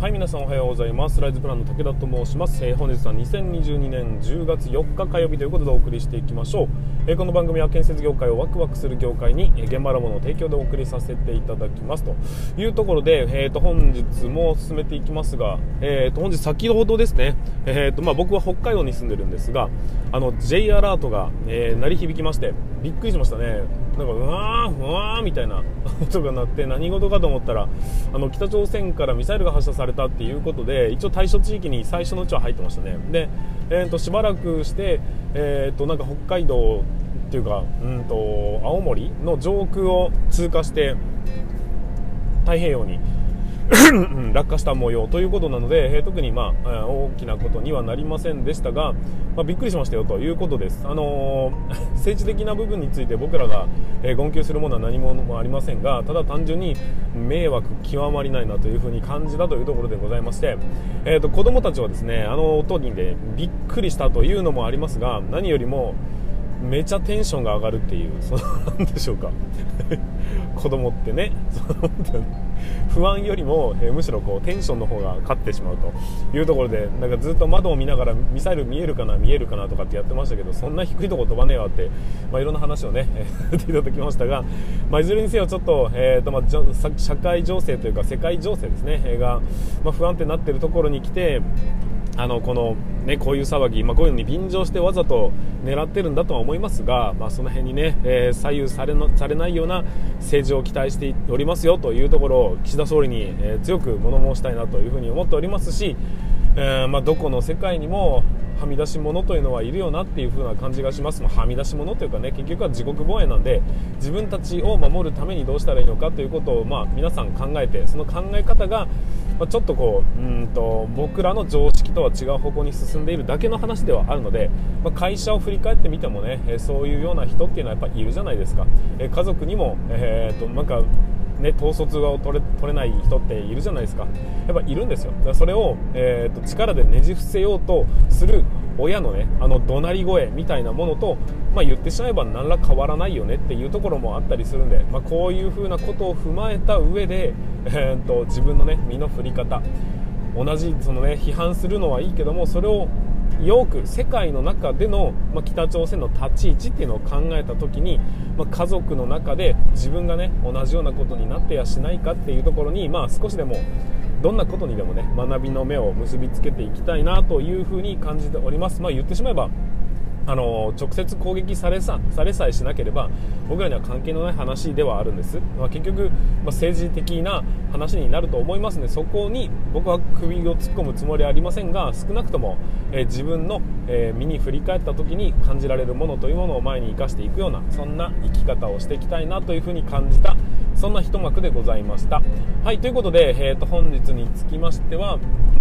はい、皆さんおはようございます。ライズプランの武田と申します。本日は2022年10月4日火曜日ということでお送りしていきましょう。この番組は建設業界をワクワクする業界に現場ラボの提供でお送りさせていただきますというところで、本日も進めていきますが、本日先ほどですね、僕は北海道に住んでるんですが、J アラートが、鳴り響きましてびっくりしましたね。なんかうわーうわーみたいな音が鳴って何事かと思ったら北朝鮮からミサイルが発射されたっていうことで、一応対処地域に最初のうちは入ってましたね。で、しばらくして、なんか北海道っていうか青森の上空を通過して太平洋に落下した模様ということなので、特に大きなことにはなりませんでしたが、びっくりしましたよということです。政治的な部分について僕らが、言及するものは何もありませんが、ただ単純に迷惑極まりないなというふうに感じたというところでございまして、子供たちはですね、音にでびっくりしたというのもありますが、何よりもめちゃテンションが上がるっていう、なんでしょうか子供ってね、不安よりも、むしろテンションの方が勝ってしまうというところで、なんかずっと窓を見ながらミサイル見えるかなとかってやってましたけど、そんな低いとこ飛ばねえわって、いろんな話をねやっていただきましたが、いずれにせよちょっと、社会情勢というか世界情勢ですねが、不安定になっているところに来て、こういう騒ぎ、こういうのに便乗してわざと狙ってるんだとは思いますが、その辺にね、左右されないような政治を期待しておりますよというところを岸田総理に、強く物申したいなというふうに思っておりますし、どこの世界にもはみ出し者というのはいるよなっていう風な感じがします。はみ出し者というかね、結局は自国防衛なんで、自分たちを守るためにどうしたらいいのかということを、皆さん考えて、その考え方が、ちょっと僕らの常識とは違う方向に進んでいるだけの話ではあるので、会社を振り返ってみてもね、そういうような人っていうのはやっぱりいるじゃないですか。家族にも、統率が取れない人っているじゃないですか。やっぱいるんですよ。だからそれを、力でねじ伏せようとする親のね、怒鳴り声みたいなものと、言ってしまえば何ら変わらないよねっていうところもあったりするんで、こういうふうなことを踏まえた上で、自分のね身の振り方、同じ批判するのはいいけども、それをよく世界の中での、北朝鮮の立ち位置っていうのを考えた時に、家族の中で自分がね同じようなことになってやしないかっていうところに、少しでもどんなことにでもね学びの目を結びつけていきたいなというふうに感じております。言ってしまえば直接攻撃されさえしなければ僕らには関係のない話ではあるんです。結局、政治的な話になると思いますので、そこに僕は首を突っ込むつもりはありませんが、少なくとも、自分の、身に振り返った時に感じられるものというものを前に生かしていくような、そんな生き方をしていきたいなというふうに感じた、そんな一幕でございました。はい、ということで、本日につきましては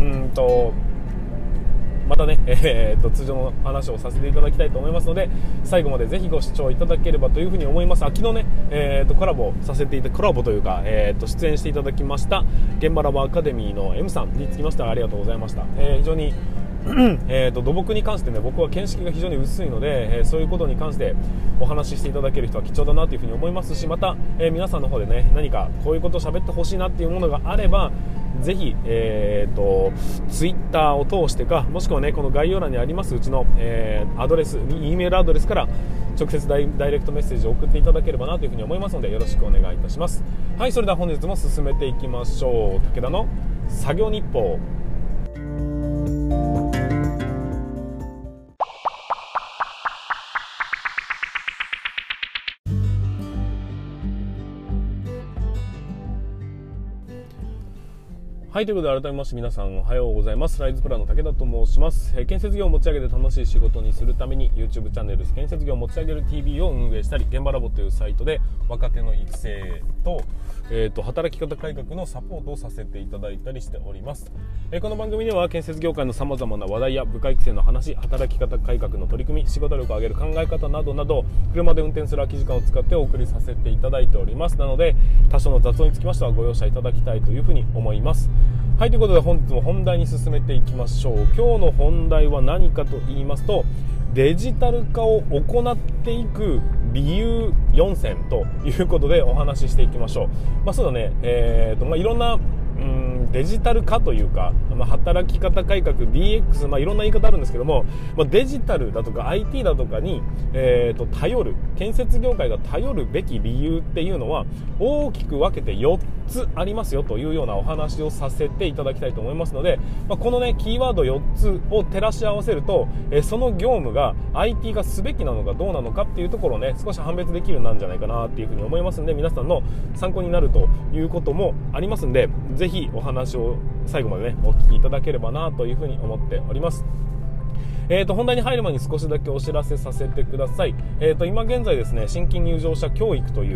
またね、通常の話をさせていただきたいと思いますので、最後までぜひご視聴いただければというふうに思います。昨日ね、コラボというか、出演していただきました現場ラボアカデミーの M さんにつきましてはありがとうございました。非常に土木に関してね、僕は見識が非常に薄いので、そういうことに関してお話ししていただける人は貴重だなというふうに思いますし、また、皆さんの方でね何かこういうことを喋ってほしいなっていうものがあれば、ぜひ、ツイッターを通してか、もしくはねこの概要欄にありますうちの、アドレス、Eメールアドレスから直接ダイレクトメッセージを送っていただければなというふうに思いますので、よろしくお願いいたします。はい、それでは本日も進めていきましょう。武田の作業日報。はい、ということで改めまして皆さんおはようございます。ライズプランの武田と申します。建設業を持ち上げて楽しい仕事にするために YouTube チャンネル建設業を持ち上げる TV を運営したり、現場ラボというサイトで若手の育成と、働き方改革のサポートをさせていただいたりしております。この番組では建設業界の様々な話題や部下育成の話、働き方改革の取り組み、仕事力を上げる考え方などなど、車で運転する空き時間を使ってお送りさせていただいております。なので多少の雑音につきましてはご容赦いただきたいというふうに思います。はい、ということで本日も本題に進めていきましょう。今日の本題は何かと言いますと、デジタル化を行っていく理由4選ということでお話ししていきましょう。そうだね、いろんなデジタル化というか、働き方改革 DX、いろんな言い方あるんですけども、デジタルだとか IT だとかに、頼る、建設業界が頼るべき理由っていうのは大きく分けて4つありますよというようなお話をさせていただきたいと思いますので、このねキーワード4つを照らし合わせると、その業務が IT がすべきなのかどうなのかっていうところをね少し判別できるようになるんじゃないかなっていうふうに思いますので、皆さんの参考になるということもありますので、ぜひお話を最後までねお聞きいただければなというふうに思っております。本題に入る前に少しだけお知らせさせてください。今現在ですね、新規入場者教育という、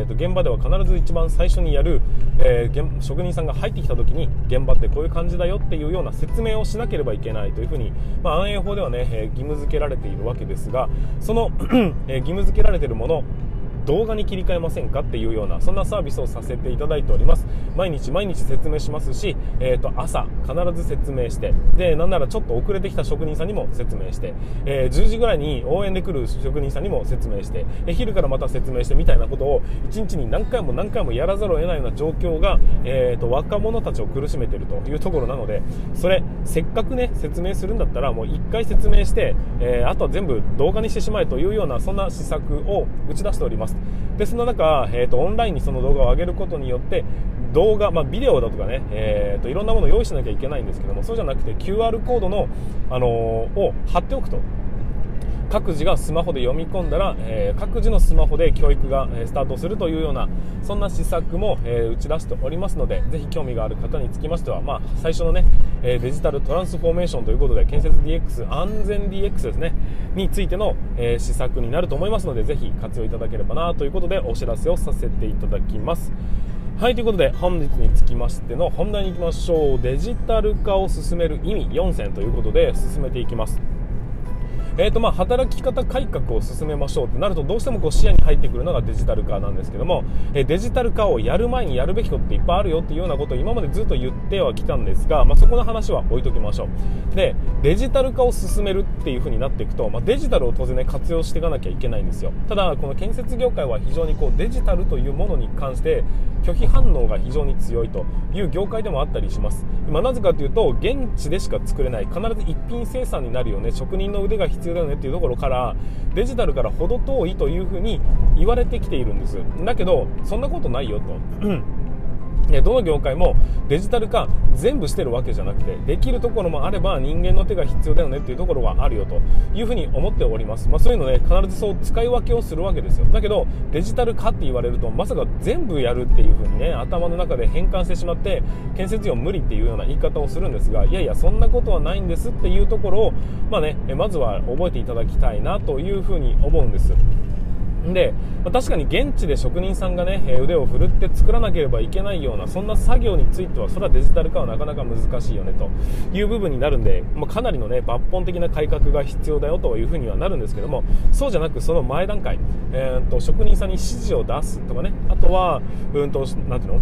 現場では必ず一番最初にやる、職人さんが入ってきた時に現場ってこういう感じだよっていうような説明をしなければいけないというふうに、安永法ではね、義務付けられているわけですが、その義務付けられているもの動画に切り替えませんかっていうような、そんなサービスをさせていただいております。毎日説明しますし、朝必ず説明して、でなんならちょっと遅れてきた職人さんにも説明して、10時ぐらいに応援で来る職人さんにも説明して、昼からまた説明してみたいなことを1日に何回もやらざるを得ないような状況が、若者たちを苦しめているというところなので、それせっかくね説明するんだったらもう1回説明して、あとは全部動画にしてしまえというような、そんな施策を打ち出しております。でその中、オンラインにその動画を上げることによって動画、ビデオだとかね、いろんなものを用意しなきゃいけないんですけども、そうじゃなくて QR コードの、を貼っておくと、各自がスマホで読み込んだら、各自のスマホで教育がスタートするというような、そんな施策も、打ち出しておりますので、ぜひ興味がある方につきましては、最初のね、デジタルトランスフォーメーションということで、建設 DX 安全 DX ですねについての、施策になると思いますので、ぜひ活用いただければなということでお知らせをさせていただきます。はい、ということで本日につきましての本題に行きましょう。デジタル化を進める意味4選ということで進めていきます。働き方改革を進めましょうってなると、どうしても視野に入ってくるのがデジタル化なんですけども、デジタル化をやる前にやるべきことっていっぱいあるよっていうようなことを今までずっと言ってはきたんですが、そこの話は置いときましょう。でデジタル化を進めるっていう風になっていくと、デジタルを当然ね活用していかなきゃいけないんですよ。ただこの建設業界は非常にデジタルというものに関して拒否反応が非常に強いという業界でもあったりします。なぜかというと、現地でしか作れない、必ず一品生産になるよね、職人の腕が必要だよねっていうところから、デジタルから程遠いというふうに言われてきているんです。だけどそんなことないよとどの業界もデジタル化全部してるわけじゃなくて、できるところもあれば人間の手が必要だよねっていうところがあるよというふうに思っております。そういうのね、必ずそう使い分けをするわけですよ。だけどデジタル化って言われると、まさか全部やるっていうふうにね頭の中で変換してしまって、建設業無理っていうような言い方をするんですが、いやいやそんなことはないんですっていうところをまずは覚えていただきたいなというふうに思うんです。で確かに現地で職人さんがね腕を振るって作らなければいけないような、そんな作業についてはそれはデジタル化はなかなか難しいよねという部分になるんで、かなりのね抜本的な改革が必要だよというふうにはなるんですけども、そうじゃなくその前段階、職人さんに指示を出すとかね、あとはなんていうの、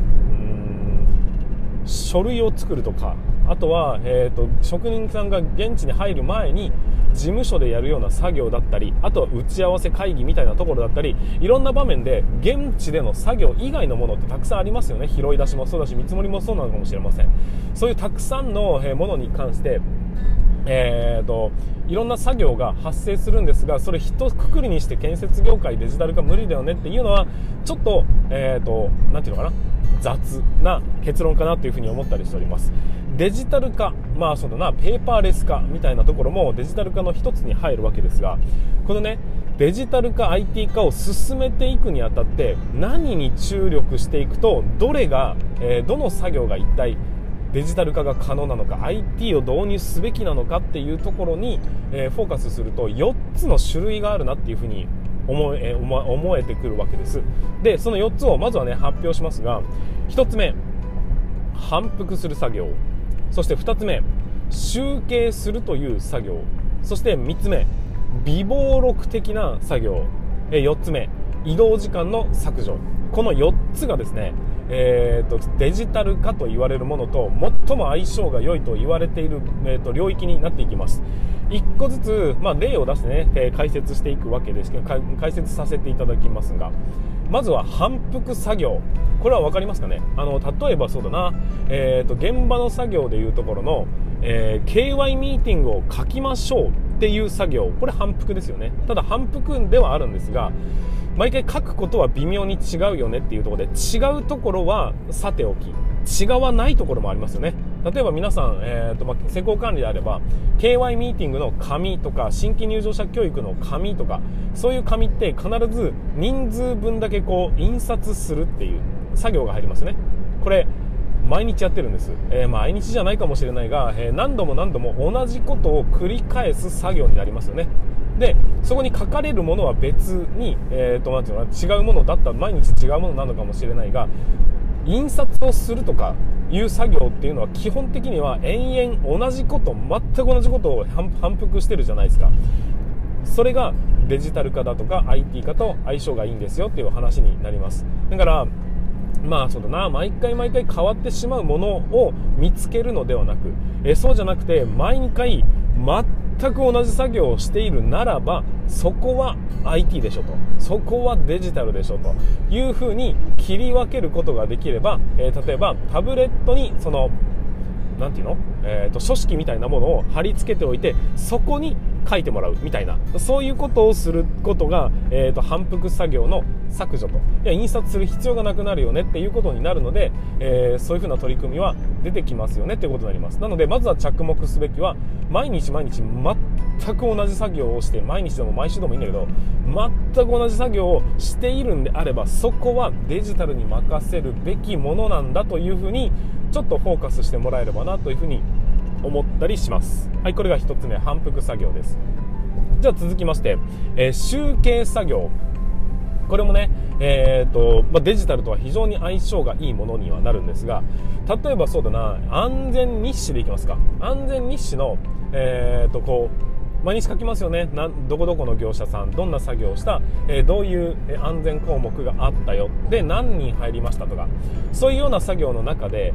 書類を作るとか、あとは、職人さんが現地に入る前に事務所でやるような作業だったり、あとは打ち合わせ会議みたいなところだったり、いろんな場面で現地での作業以外のものってたくさんありますよね。拾い出しもそうだし、見積もりもそうなのかもしれません。そういうたくさんのものに関していろんな作業が発生するんですが、それ一括りにして建設業界デジタル化無理だよねっていうのはちょっと、なんていうのかな、雑な結論かなというふうに思ったりしております。デジタル化、そうだな、ペーパーレス化みたいなところもデジタル化の一つに入るわけですが、このねデジタル化 IT 化を進めていくにあたって何に注力していくと、どれが、どの作業が一体デジタル化が可能なのか、 IT を導入すべきなのかっていうところに、フォーカスすると4つの種類があるなっていうふうに思えてくるわけです。でその4つをまずはね発表しますが、1つ目反復する作業、そして2つ目集計するという作業、そして3つ目備忘録的な作業、4つ目移動時間の削除。この4つがですね、デジタル化と言われるものと最も相性が良いと言われている、領域になっていきます。1個ずつ、例を出してね、解説していくわけですけど、解説させていただきますが、まずは反復作業これは分かりますかね。例えばそうだな、現場の作業でいうところの、KY ミーティングを書きましょうっていう作業、これ反復ですよね。ただ反復ではあるんですが、毎回書くことは微妙に違うよねっていうところで、違うところはさておき、違わないところもありますよね。例えば皆さん、施工管理であれば KY ミーティングの紙とか新規入場者教育の紙とか、そういう紙って必ず人数分だけこう印刷するっていう作業が入りますね。これ毎日やってるんです。毎日じゃないかもしれないが、何度も何度も同じことを繰り返す作業になりますよね。でそこに書かれるものは別に、なんていうのかな、違うものだったら毎日違うものなのかもしれないが、印刷をするとかいう作業っていうのは基本的には延々同じこと、全く同じことを反復してるじゃないですか。それがデジタル化だとか IT 化と相性がいいんですよっていう話になります。だからそうだな、毎回毎回変わってしまうものを見つけるのではなく、そうじゃなくて毎回全く同じ作業をしているならば、そこは IT でしょと、そこはデジタルでしょというふうに切り分けることができれば、例えばタブレットにそのなんていうの、書式みたいなものを貼り付けておいて、そこに書いてもらうみたいな、そういうことをすることが、反復作業の削除と、印刷する必要がなくなるよねっていうことになるので、そういうふうな取り組みは出てきますよねっていうことになります。なのでまずは着目すべきは、毎日毎日全く同じ作業をして、毎日でも毎週でもいいんだけど、全く同じ作業をしているんであれば、そこはデジタルに任せるべきものなんだというふうにちょっとフォーカスしてもらえればなというふうに思ったりします。はい、これが一つ目、反復作業です。じゃあ続きまして、集計作業。これもね、デジタルとは非常に相性がいいものにはなるんですが、例えばそうだな、安全日誌でいきますか。安全日誌の、毎日書きますよね。どこどこの業者さんどんな作業をした、どういう安全項目があったよ、で何人入りましたとか、そういうような作業の中で、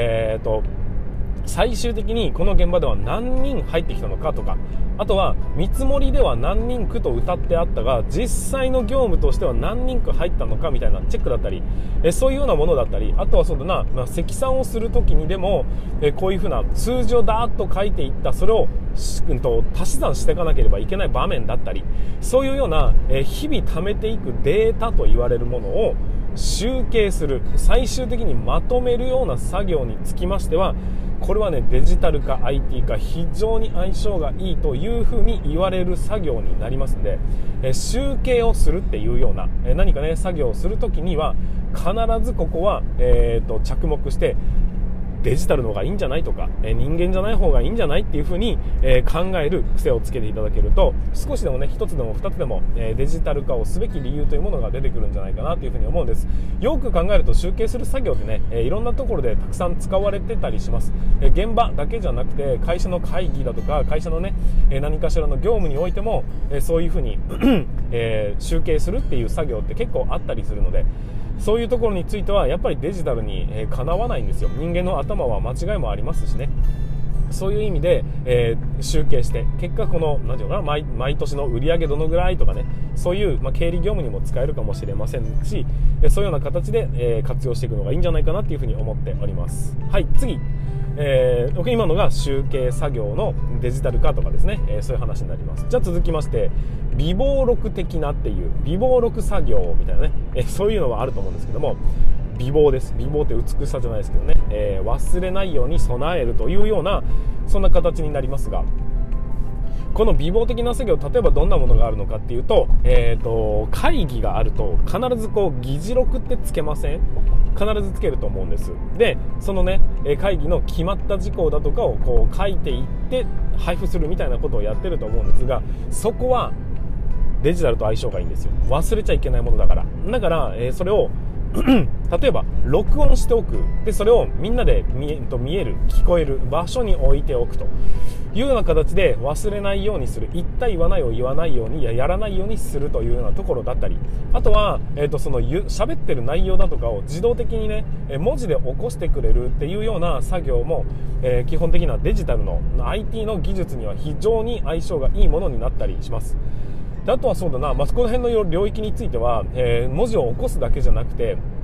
最終的にこの現場では何人入ってきたのかとか、あとは見積もりでは何人区と歌ってあったが、実際の業務としては何人区入ったのかみたいなチェックだったり、そういうようなものだったり、あとはそうだな、積算をするときにでも、こういうふうな数字をダーッと書いていった、それを足し算していかなければいけない場面だったり、そういうような、日々貯めていくデータと言われるものを集計する、最終的にまとめるような作業につきましては、これはね、デジタル化 IT 化非常に相性がいいというふうに言われる作業になりますので、集計をするっていうような、何かね作業をするときには必ずここは、着目してデジタルの方がいいんじゃないとか、人間じゃない方がいいんじゃないっていう風に、考える癖をつけていただけると、少しでもね、一つでも二つでも、デジタル化をすべき理由というものが出てくるんじゃないかなという風に思うんです。よく考えると集計する作業ってね、いろんなところでたくさん使われてたりします。現場だけじゃなくて会社の会議だとか、会社のね、何かしらの業務においても、そういう風に、集計するっていう作業って結構あったりするので、そういうところについてはやっぱりデジタルにかなわないんですよ。人間の頭は間違いもありますしね。そういう意味で、集計して結果この何ていうのかな、毎年の売上どのぐらいとかね、そういう、経理業務にも使えるかもしれませんし、そういうような形で、活用していくのがいいんじゃないかなというふうに思っております。はい、次、今のが集計作業のデジタル化とかですね、そういう話になります。じゃあ続きまして、備忘録的なっていう備忘録作業みたいなね、そういうのはあると思うんですけども、備忘です。備忘って美しさじゃないですけどね、忘れないように備えるというような、そんな形になりますが、この備忘的な作業、例えばどんなものがあるのかっていうと、会議があると必ずこう議事録ってつけません？必ずつけると思うんです。で、そのね、会議の決まった事項だとかをこう書いていって配布するみたいなことをやってると思うんですが、そこはデジタルと相性がいいんですよ。忘れちゃいけないものだから。だから、それを例えば録音しておく。でそれをみんなで見える、聞こえる場所に置いておくというような形で忘れないようにする、言った言わないを言わないように、やらないようにするというようなところだったり、あとは、その喋ってる内容だとかを自動的にね、文字で起こしてくれるっていうような作業も、基本的なデジタルの IT の技術には非常に相性がいいものになったりします。であとはそうだな、この辺の領域については、文字を起こすだけじゃなくて、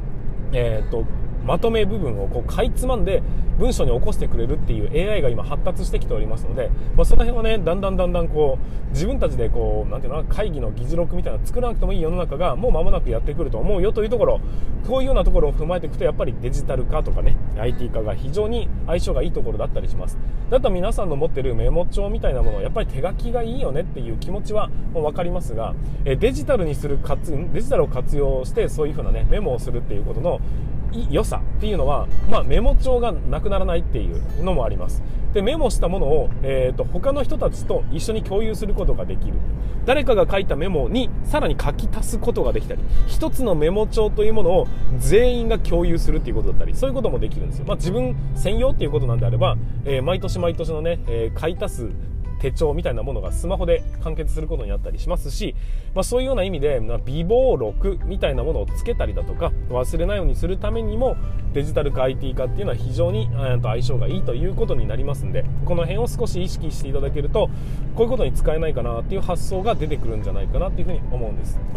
まとめ部分をこうかいつまんで文章に起こしてくれるっていう AI が今発達してきておりますので、その辺はねだんだんこう自分たちでこうなんていうの会議の議事録みたいなの作らなくてもいい世の中がもう間もなくやってくると思うよというところ、こういうようなところを踏まえていくとやっぱりデジタル化とかね IT 化が非常に相性がいいところだったりします。だと皆さんの持ってるメモ帳みたいなものやっぱり手書きがいいよねっていう気持ちはもう分かりますが、デジタルを活用してそういう風なねメモをするっていうことの良さっていうのは、メモ帳がなくならないっていうのもあります。でメモしたものを、他の人たちと一緒に共有することができる。誰かが書いたメモにさらに書き足すことができたり、一つのメモ帳というものを全員が共有するっていうことだったり、そういうこともできるんですよ。自分専用っていうことなんであれば、毎年のね、書い足す手帳みたいなものがスマホで完結することになったりしますし、そういうような意味で備忘録みたいなものをつけたりだとか忘れないようにするためにもデジタル化 IT 化っていうのは非常に相性がいいということになりますんで、この辺を少し意識していただけるとこういうことに使えないかなっていう発想が出てくるんじゃないかなっていうふうに思うんです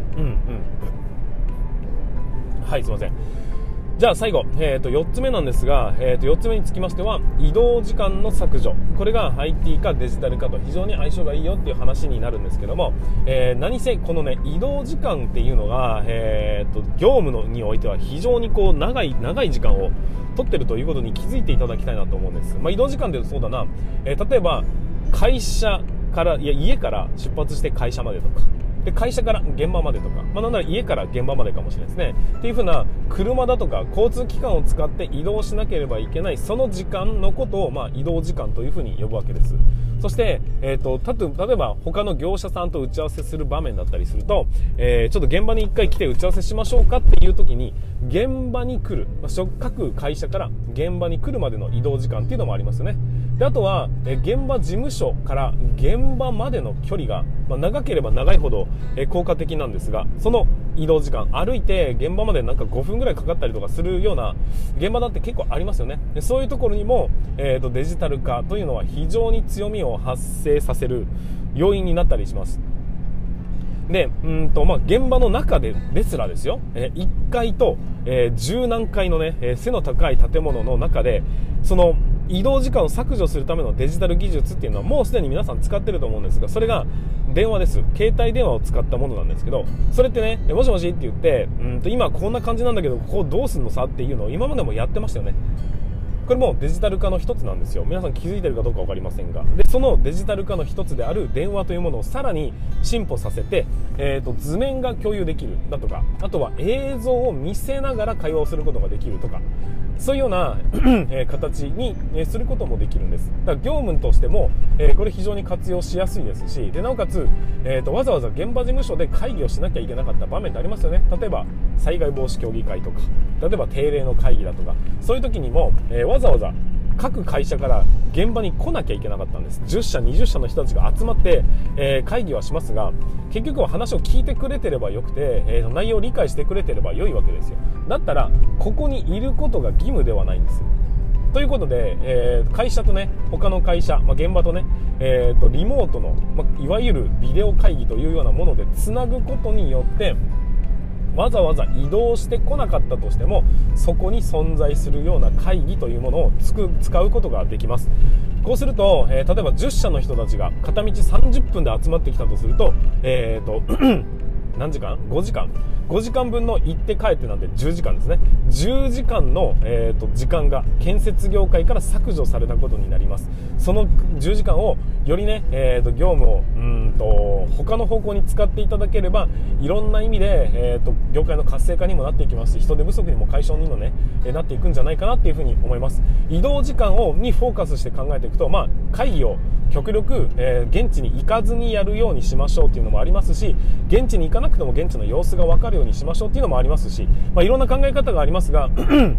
はい、すいません。じゃあ最後、4つ目なんですが、4つ目につきましては移動時間の削除、これが IT 化デジタル化と非常に相性がいいよっていう話になるんですけども、何せこのね移動時間っていうのが、業務においては非常にこう長い時間を取ってるということに気づいていただきたいなと思うんです。移動時間でそうだな、例えば会社から家から出発して会社までとかで会社から現場までとか、なんなら家から現場までかもしれないですねっていう風な車だとか交通機関を使って移動しなければいけないその時間のことを、移動時間という風に呼ぶわけです。そして、例えば他の業者さんと打ち合わせする場面だったりすると、ちょっと現場に1回来て打ち合わせしましょうかっていう時に現場に来る、各会社から現場に来るまでの移動時間っていうのもありますよね。であとは現場事務所から現場までの距離が、長ければ長いほど効果的なんですが、その移動時間歩いて現場までなんか5分ぐらいかかったりとかするような現場だって結構ありますよね。でそういうところにも、デジタル化というのは非常に強みを発生させる要因になったりします。で現場の中ですらですよ、1階と、10何階のね、背の高い建物の中でその移動時間を削除するためのデジタル技術っていうのはもうすでに皆さん使ってると思うんですが、それが電話です。携帯電話を使ったものなんですけど、それってねもしもしって言って今こんな感じなんだけどここどうすんのさっていうのを今までもやってましたよね。これもデジタル化の一つなんですよ。皆さん気づいてるかどうか分かりませんが、でそのデジタル化の一つである電話というものをさらに進歩させて、図面が共有できるだとか、あとは映像を見せながら会話をすることができるとか、そういうような形にすることもできるんです。だから業務としても、これ非常に活用しやすいですし、でなおかつ、わざわざ現場事務所で会議をしなきゃいけなかった場面ってありますよね。例えば災害防止協議会とか、例えば定例の会議だとか、そういう時にも、わざわざ各会社から現場に来なきゃいけなかったんです。10社20社の人たちが集まって、会議はしますが、結局は話を聞いてくれてればよくて、内容を理解してくれてれば良いわけですよ。だったらここにいることが義務ではないんです。ということで、会社とね他の会社、現場とね、リモートの、いわゆるビデオ会議というようなものでつなぐことによってわざわざ移動してこなかったとしてもそこに存在するような会議というものを使うことができます。こうすると、例えば10社の人たちが片道30分で集まってきたとすると、何時間 ?5 時間分の行って帰ってなんで10時間ですね。10時間の、時間が建設業界から削除されたことになります。その10時間をよりね、業務を他の方向に使っていただければいろんな意味で、業界の活性化にもなっていきますし、人手不足にも解消にもねなっていくんじゃないかなっていうふうに思います。移動時間にフォーカスして考えていくと、会議を極力、現地に行かずにやるようにしましょうっていうのもありますし、現地に行かなくても現地の様子が分かるようにしましょうっていうのもありますし、いろんな考え方がありますが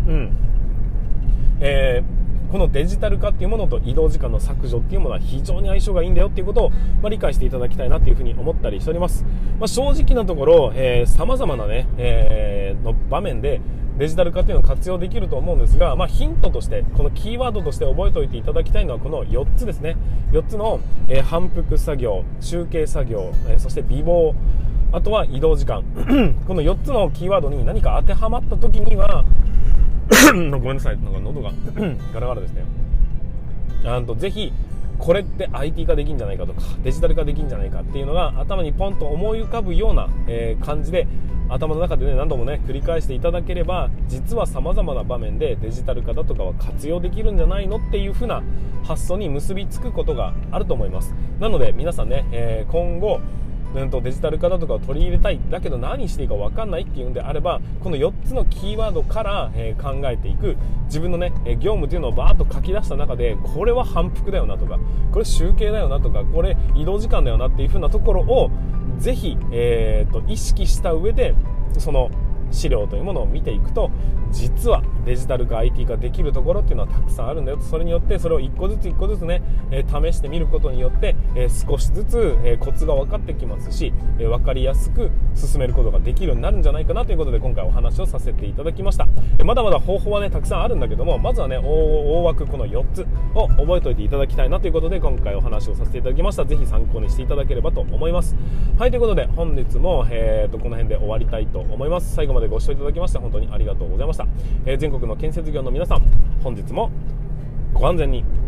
このデジタル化っていうものと移動時間の削除っていうものは非常に相性がいいんだよっていうことを、理解していただきたいなっていうふうに思ったりしております。正直なところ、様々なね、の場面でデジタル化っていうのを活用できると思うんですが、ヒントとしてこのキーワードとして覚えておいていただきたいのはこの4つですね。4つの、反復作業、集計作業、そして備忘あとは移動時間この4つのキーワードに何か当てはまった時にはごめんなさい、なんか喉がガラガラですね。ぜひこれって IT 化できるんじゃないかとかデジタル化できるんじゃないかっていうのが頭にポンと思い浮かぶような、感じで頭の中でね何度もね繰り返していただければ、実は様々な場面でデジタル化だとかは活用できるんじゃないのっていう風な発想に結びつくことがあると思います。なので皆さんね、今後デジタル化だとかを取り入れたい、だけど何していいか分かんないっていうんであれば、この4つのキーワードから、考えていく、自分のね業務というのをバーッと書き出した中で、これは反復だよなとか、これ集計だよなとか、これ移動時間だよなっていう風なところをぜひ、意識した上でその資料というものを見ていくと、実はデジタル化 IT 化できるところっていうのはたくさんあるんだよと。それによってそれを一個ずつね、試してみることによって、少しずつ、コツが分かってきますし、分かりやすく進めることができるようになるんじゃないかなということで、今回お話をさせていただきました。まだまだ方法はねたくさんあるんだけども、まずはね大枠この4つを覚えておいていただきたいなということで、今回お話をさせていただきました。ぜひ参考にしていただければと思います。はい、ということで本日も、この辺で終わりたいと思います。最後までご視聴いただきまして本当にありがとうございました。全国の建設業の皆さん、本日もご安全に。